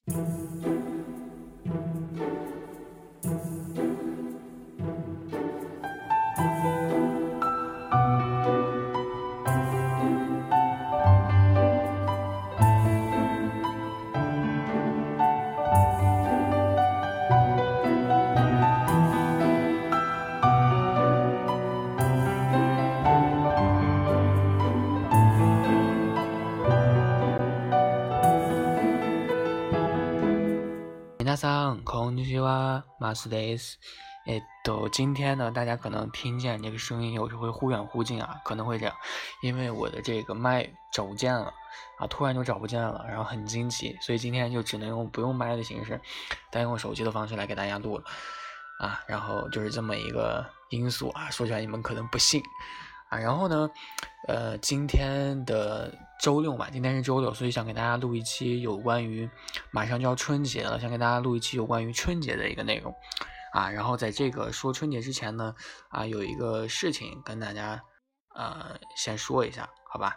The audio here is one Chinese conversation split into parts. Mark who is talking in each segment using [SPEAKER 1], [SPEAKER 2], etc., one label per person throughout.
[SPEAKER 1] 皆さんこんにちは、マスです。今天呢，大家可能听见这个声音有时会忽远忽近啊，可能会这样，因为我的这个麦找不见了啊，突然就找不见了，然后很惊奇，所以今天就只能用不用麦的形式，单用手机的方式来给大家录了啊，然后就是这么一个因素啊，说起来你们可能不信。然后呢，今天的周六嘛，今天是周六，所以想给大家录一期有关于马上就要春节了，想给大家录一期有关于春节的一个内容啊。然后在这个说春节之前呢，有一个事情跟大家先说一下，好吧？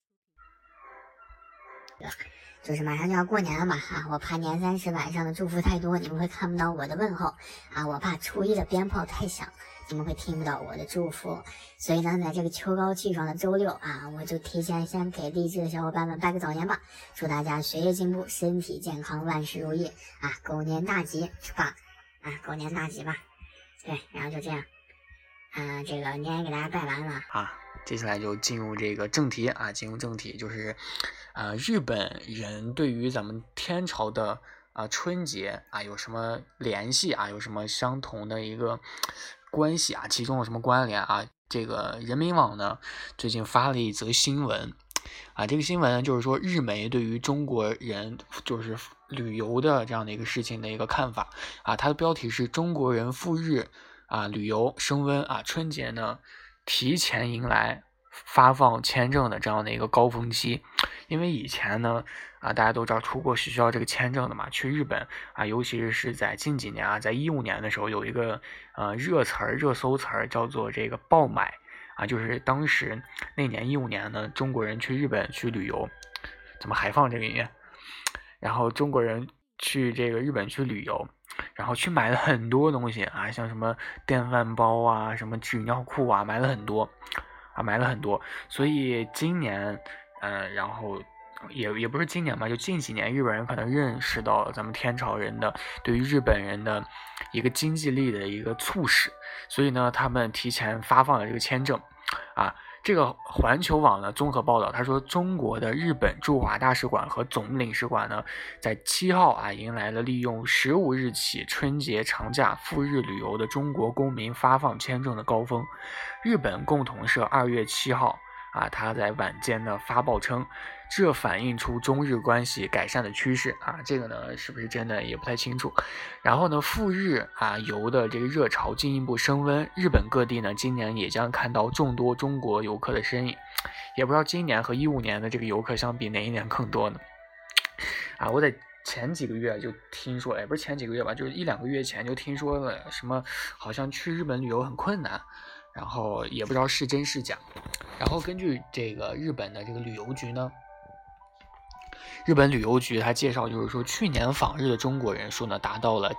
[SPEAKER 2] 就是马上就要过年了嘛我怕年30晚上的祝福太多，你们会看不到我的问候我怕初一的鞭炮太响，你们会听不到我的祝福。所以呢，在这个秋高气爽的周六我就提前先给励志的小伙伴们拜个早年吧，祝大家学业进步，身体健康，万事如意狗年大吉吧狗年大吉吧。对，然后就这样这个年也给大家拜完了
[SPEAKER 1] 接下来就进入这个正题进入正题，就是日本人对于咱们天朝的春节有什么联系有什么相同的一个关系其中有什么关联这个人民网呢最近发了一则新闻这个新闻呢就是说日媒对于中国人就是旅游的这样的一个事情的一个看法它的标题是中国人赴日旅游升温春节呢提前迎来发放签证的这样的一个高峰期。因为以前呢大家都知道出国是需要这个签证的嘛，去日本尤其是在近几年在2015年的时候有一个热搜词儿叫做这个爆买就是当时那年2015年呢，中国人去日本去旅游，怎么还放这个音乐？然后中国人去这个日本去旅游，然后去买了很多东西像什么电饭煲什么纸尿裤买了很多所以今年然后也不是今年吧，就近几年日本人可能认识到了咱们天朝人的对于日本人的一个经济力的一个促使，所以呢他们提前发放了这个签证这个环球网呢综合报道，他说中国的日本驻华大使馆和总领事馆呢在7号迎来了利用15日起春节长假赴日旅游的中国公民发放签证的高峰。日本共同社2月7号他在晚间呢发报称，这反映出中日关系改善的趋势这个呢是不是真的也不太清楚。然后呢赴日游的这个热潮进一步升温，日本各地呢今年也将看到众多中国游客的身影，也不知道今年和2015年的这个游客相比哪一年更多呢我在前几个月就听说不是前几个月吧，就是1-2个月前就听说了什么好像去日本旅游很困难，然后也不知道是真是假。然后根据这个日本的这个旅游局呢，日本旅游局它介绍就是说，去年访日的中国人数呢达到了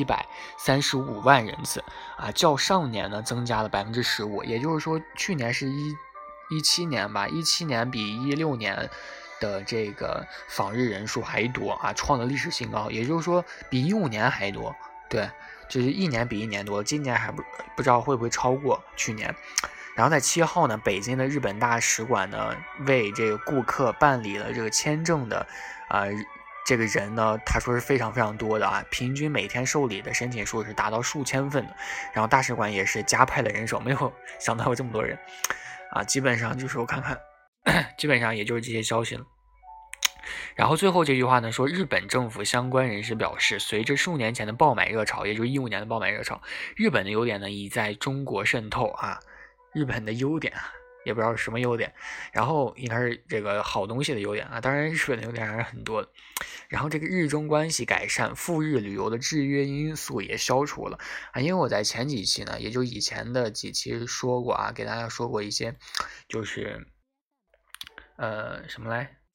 [SPEAKER 1] 735万人次较上年呢增加了15%，也就是说去年是17年吧，17年比16年的这个访日人数还多创了历史新高，也就是说比15年还多，对，就是一年比一年多，今年还不知道会不会超过去年。然后在7号呢，北京的日本大使馆呢为这个顾客办理了这个签证的这个人呢，他说是非常非常多的平均每天受理的申请数是达到数千份的。然后大使馆也是加派了人手，没有想到有这么多人基本上就是我看看基本上也就是这些消息了。然后最后这句话呢说，日本政府相关人士表示，随着数年前的爆买热潮，也就是2015年的爆买热潮，日本的优点呢已在中国渗透日本的优点也不知道是什么优点，然后应该是这个好东西的优点当然日本的优点还是很多的。然后这个日中关系改善，赴日旅游的制约因素也消除了因为我在前几期呢，也就以前的几期说过给大家说过一些就是什么来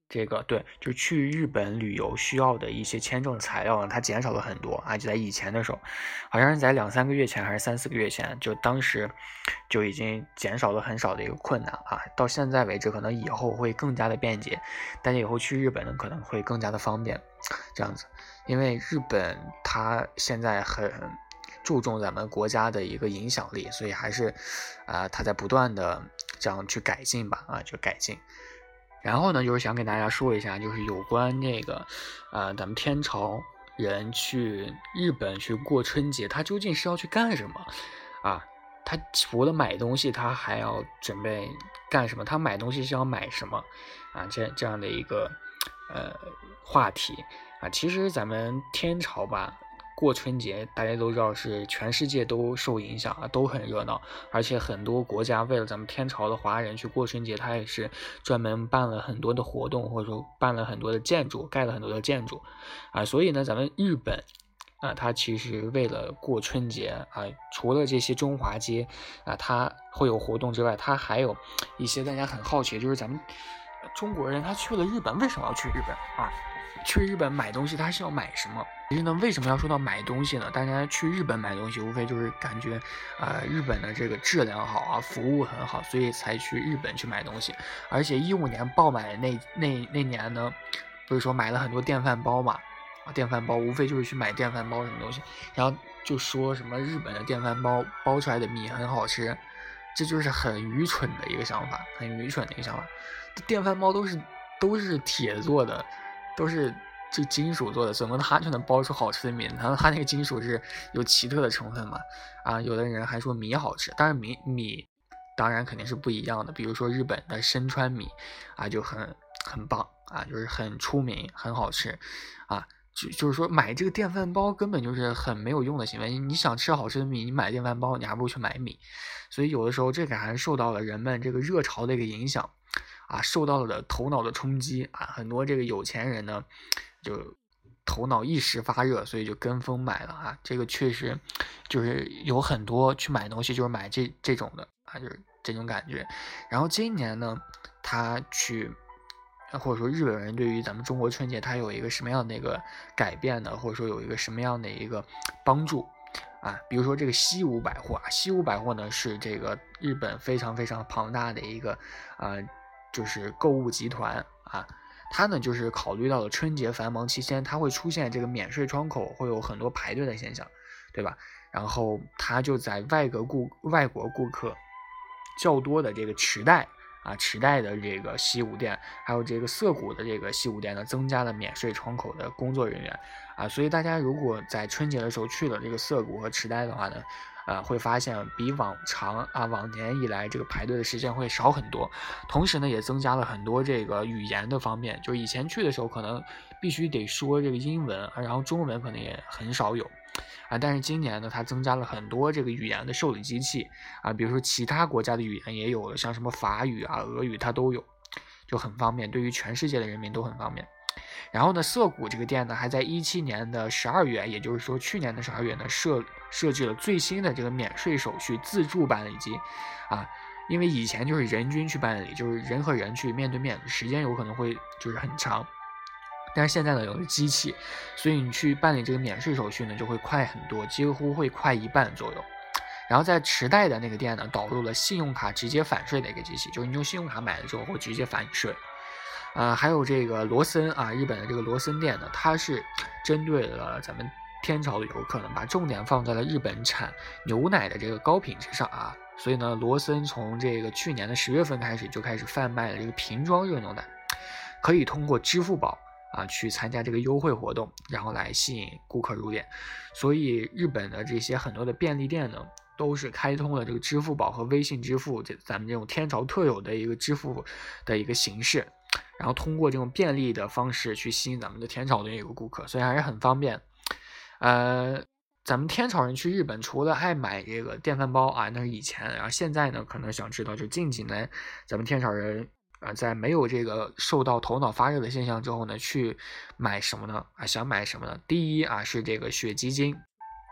[SPEAKER 1] 这个对，就去日本旅游需要的一些签证材料呢，它减少了很多啊。就在以前的时候，好像是在2-3个月前还是3-4个月前，就当时就已经减少了很少的一个困难啊。到现在为止，可能以后会更加的便捷，大家以后去日本呢可能会更加的方便，这样子。因为日本它现在很注重咱们国家的一个影响力，所以还是它在不断的这样去改进吧，就改进。然后呢，就是想给大家说一下，就是有关这个，咱们天朝人去日本去过春节，他究竟是要去干什么啊？他除了买东西，他还要准备干什么？他买东西是要买什么啊？这样的一个话题啊，其实咱们天朝吧。过春节，大家都知道是全世界都受影响啊，都很热闹，而且很多国家为了咱们天朝的华人去过春节，他也是专门办了很多的活动，或者说办了很多的建筑，盖了很多的建筑啊。所以呢，咱们日本啊，它其实为了过春节啊，除了这些中华街啊，它会有活动之外，它还有一些大家很好奇，就是咱们中国人他去了日本，为什么要去日本啊？去日本买东西，他是要买什么？其实呢，为什么要说到买东西呢？大家去日本买东西，无非就是感觉，日本的这个质量好啊，服务很好，所以才去日本去买东西。而且15年爆买那年呢，不是说买了很多电饭煲嘛？电饭煲无非就是去买电饭煲什么东西，然后就说什么日本的电饭煲煲出来的米很好吃，这就是很愚蠢的一个想法，很愚蠢的一个想法。电饭煲都是铁做的。都是这金属做的，怎么它就能煲出好吃的米？难道它那个金属是有奇特的成分吗？有的人还说米好吃，但是米当然肯定是不一样的。比如说日本的深川米就很棒就是很出名，很好吃就是说买这个电饭煲根本就是很没有用的行为。你想吃好吃的米，你买电饭煲，你还不如去买米。所以有的时候这个还是受到了人们这个热潮的一个影响。受到了头脑的冲击很多这个有钱人呢，就头脑一时发热，所以就跟风买了这个确实就是有很多去买东西就是买这种的就是这种感觉。然后今年呢，他去或者说日本人对于咱们中国春节他有一个什么样的一个改变呢？或者说有一个什么样的一个帮助比如说这个西武百货西武百货呢是这个日本非常非常庞大的一个就是购物集团它呢就是考虑到了春节繁忙期间，它会出现这个免税窗口会有很多排队的现象，对吧？然后它就在外国顾客较多的这个池袋的这个西武店，还有这个涩谷的这个西武店呢，增加了免税窗口的工作人员所以大家如果在春节的时候去了这个涩谷和池袋的话呢，会发现比往年以来这个排队的时间会少很多，同时呢也增加了很多这个语言的方面，就是以前去的时候可能必须得说这个英文然后中文可能也很少有但是今年呢它增加了很多这个语言的受理机器比如说其他国家的语言也有了，像什么法语俄语它都有，就很方便，对于全世界的人民都很方便。然后呢，涩谷这个店呢，还在17年的12月，也就是说去年的12月呢，设置了最新的这个免税手续自助办理机因为以前就是人均去办理，就是人和人去面对面，时间有可能会就是很长，但是现在呢有了机器，所以你去办理这个免税手续呢就会快很多，几乎会快1半左右。然后在池袋的那个店呢，导入了信用卡直接返税的一个机器，就是你用信用卡买了之后会直接返税。还有这个罗森日本的这个罗森店呢，它是针对了咱们天朝的游客呢，把重点放在了日本产牛奶的这个高品质上所以呢，罗森从这个去年的10月份开始就开始贩卖了这个瓶装热牛奶，可以通过支付宝去参加这个优惠活动，然后来吸引顾客入店。所以日本的这些很多的便利店呢，都是开通了这个支付宝和微信支付，咱们这种天朝特有的一个支付的一个形式，然后通过这种便利的方式去吸引咱们的天朝的一个顾客，所以还是很方便。咱们天朝人去日本除了爱买这个电饭煲那是以前，然后现在呢可能想知道就近几年咱们天朝人在没有这个受到头脑发热的现象之后呢，去买什么呢想买什么呢？第一是这个雪肌精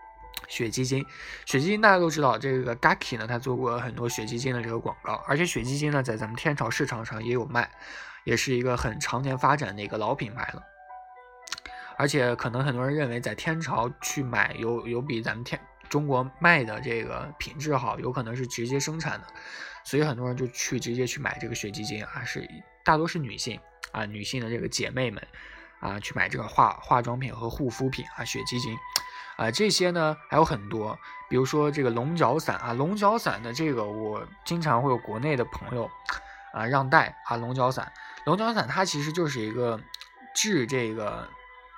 [SPEAKER 1] 大家都知道，这个 Gaki 呢他做过很多雪肌精的这个广告，而且雪肌精呢在咱们天朝市场上也有卖， 也是一个很常年发展的一个老品牌了。而且可能很多人认为在天朝去买有比咱们中国卖的这个品质好，有可能是直接生产的，所以很多人就直接去买这个雪肌精啊，大多是女性啊，女性的这个姐妹们啊，去买这个化妆品和护肤品啊，雪肌精啊，这些呢还有很多，比如说这个龙角散啊，龙角散的这个我经常会有国内的朋友啊让带啊，龙角散它其实就是一个治这个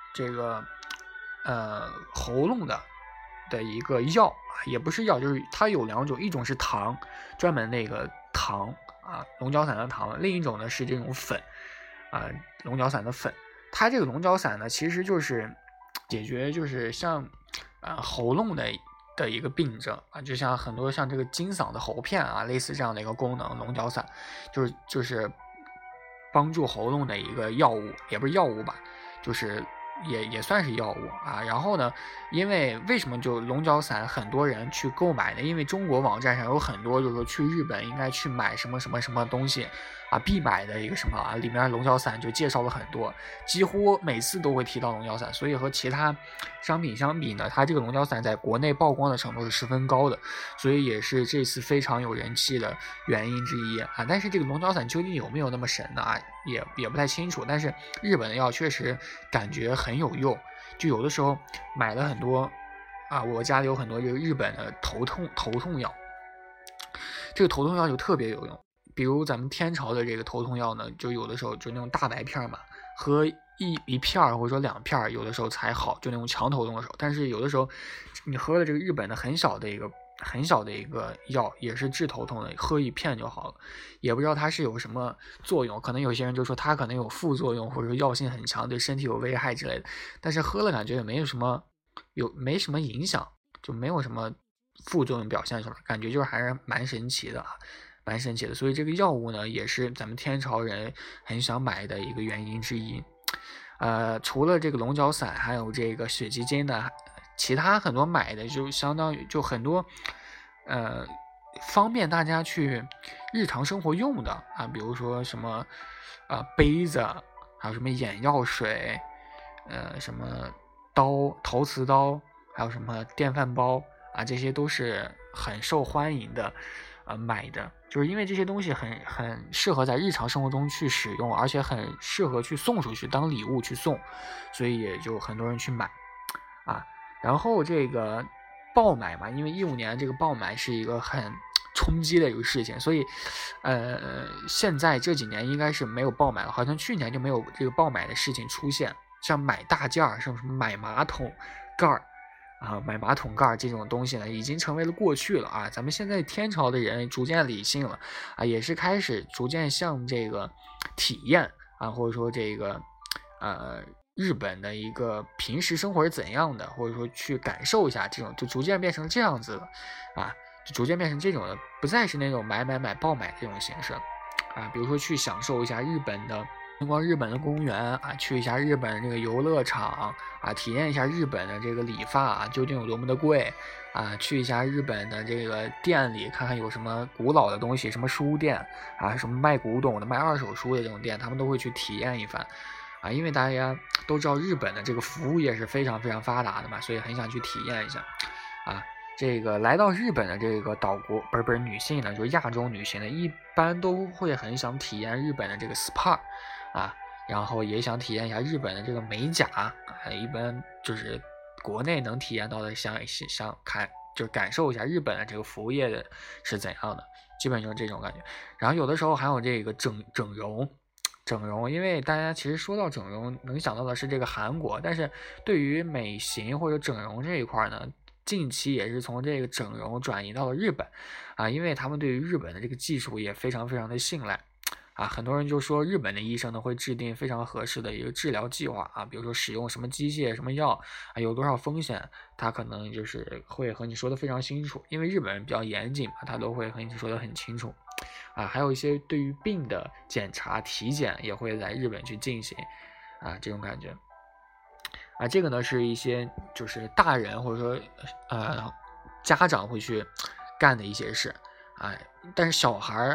[SPEAKER 1] 喉咙的一个药，也不是药，就是它有2种，一种是糖，专门那个糖啊，龙角散的糖，另一种呢是这种粉啊，龙角散的粉。它这个龙角散呢，其实就是解决就是像喉咙的一个病症啊，就像很多像这个金嗓的喉片啊，类似这样的一个功能，龙角散就是帮助喉咙的一个药物，也不是药物吧，就是也算是药物啊。然后呢，因为什么就龙角散很多人去购买呢？因为中国网站上有很多就是说去日本应该去买什么什么什么东西啊，必买的一个什么啊，里面龙角散就介绍了很多，几乎每次都会提到龙角散，所以和其他商品相比呢，它这个龙角散在国内曝光的程度是十分高的，所以也是这次非常有人气的原因之一啊。但是这个龙角散究竟有没有那么神呢？啊，也不太清楚。但是日本的药确实感觉很有用，就有的时候买了很多啊，我家里有很多这个日本的头痛药，这个头痛药就特别有用。比如咱们天朝的这个头痛药呢，就有的时候就那种大白片嘛，喝一片或者说2片，有的时候才好，就那种强头痛的时候。但是有的时候你喝了这个日本的很小的一个药，也是治头痛的，喝1片就好了，也不知道它是有什么作用。可能有些人就说它可能有副作用，或者说药性很强，对身体有危害之类的。但是喝了感觉也没什么影响，就没有什么副作用表现出来，感觉就是还是蛮神奇的。所以这个药物呢，也是咱们天朝人很想买的一个原因之一。除了这个龙角散，还有这个雪肌精呢，其他很多买的就相当于就很多方便大家去日常生活用的啊，比如说什么杯子，还有什么眼药水，什么陶瓷刀，还有什么电饭煲啊，这些都是很受欢迎的买的，就是因为这些东西很适合在日常生活中去使用，而且很适合去送出去当礼物去送，所以也就很多人去买啊。然后这个爆买嘛，因为15年这个爆买是一个很冲击的一个事情，所以现在这几年应该是没有爆买了，好像去年就没有这个爆买的事情出现，像买大件儿，什么买马桶盖儿啊，买马桶盖这种东西呢，已经成为了过去了啊。咱们现在天朝的人逐渐理性了啊，也是开始逐渐向这个体验啊，或者说这个日本的一个平时生活是怎样的，或者说去感受一下这种，就逐渐变成这样子了啊，就逐渐变成这种的，不再是那种买爆买这种形式啊。比如说去享受一下日本的。逛日本的公园啊，去一下日本的这个游乐场啊，体验一下日本的这个理发啊，究竟有多么的贵啊，去一下日本的这个店里看看有什么古老的东西，什么书店啊，什么卖古董的、卖二手书的这种店，他们都会去体验一番啊，因为大家都知道日本的这个服务业是非常非常发达的嘛，所以很想去体验一下啊。这个来到日本的这个岛国不是女性呢，就是亚洲女性呢，一般都会很想体验日本的这个 SPA 啊，然后也想体验一下日本的这个美甲啊，一般就是国内能体验到的，想就是感受一下日本的这个服务业的是怎样的，基本就是这种感觉。然后有的时候还有这个整容，因为大家其实说到整容，能想到的是这个韩国，但是对于美型或者整容这一块呢，近期也是从这个整容转移到了日本啊，因为他们对于日本的这个技术也非常非常的信赖啊，很多人就说日本的医生呢会制定非常合适的一个治疗计划啊，比如说使用什么机械什么药啊，有多少风险，他可能就是会和你说的非常清楚，因为日本人比较严谨嘛，他都会和你说的很清楚啊，还有一些对于病的检查体检也会在日本去进行啊，这种感觉。啊，这个呢是一些就是大人或者说家长会去干的一些事啊，但是小孩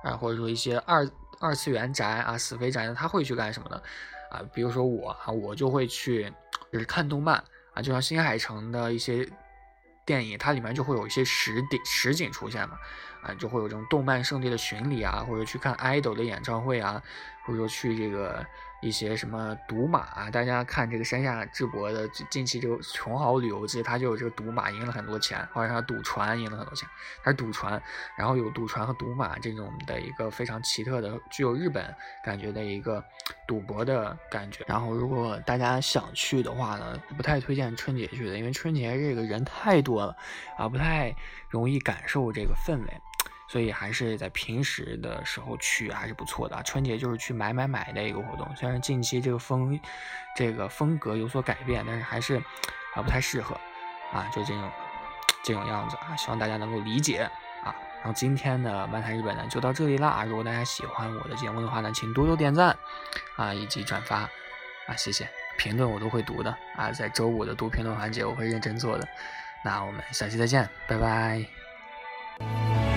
[SPEAKER 1] 啊，或者说一些二次元宅啊、死肥宅呢，他会去干什么呢？啊，比如说我就会去就是看动漫啊，就像新海诚的一些电影，它里面就会有一些实景出现嘛，啊，就会有这种动漫圣地的巡礼啊，或者去看 idol 的演唱会啊，或者说去这个一些什么赌马啊，大家看这个山下智博的近期这个穷豪旅游记，他就有这个赌马赢了很多钱，或者他赌船赢了很多钱，他是赌船，然后有赌船和赌马这种的一个非常奇特的具有日本感觉的一个赌博的感觉。然后如果大家想去的话呢，不太推荐春节去的，因为春节这个人太多了啊，不太容易感受这个氛围，所以还是在平时的时候去还是不错的。春节就是去买的一个活动，虽然近期这个风格有所改变，但是还是不太适合啊，就这种样子啊，希望大家能够理解啊。然后今天的漫谈日本呢就到这里啦，如果大家喜欢我的节目的话呢，请多多点赞啊，以及转发啊，谢谢。评论我都会读的啊，在周五的读评论环节我会认真做的。那我们下期再见，拜拜。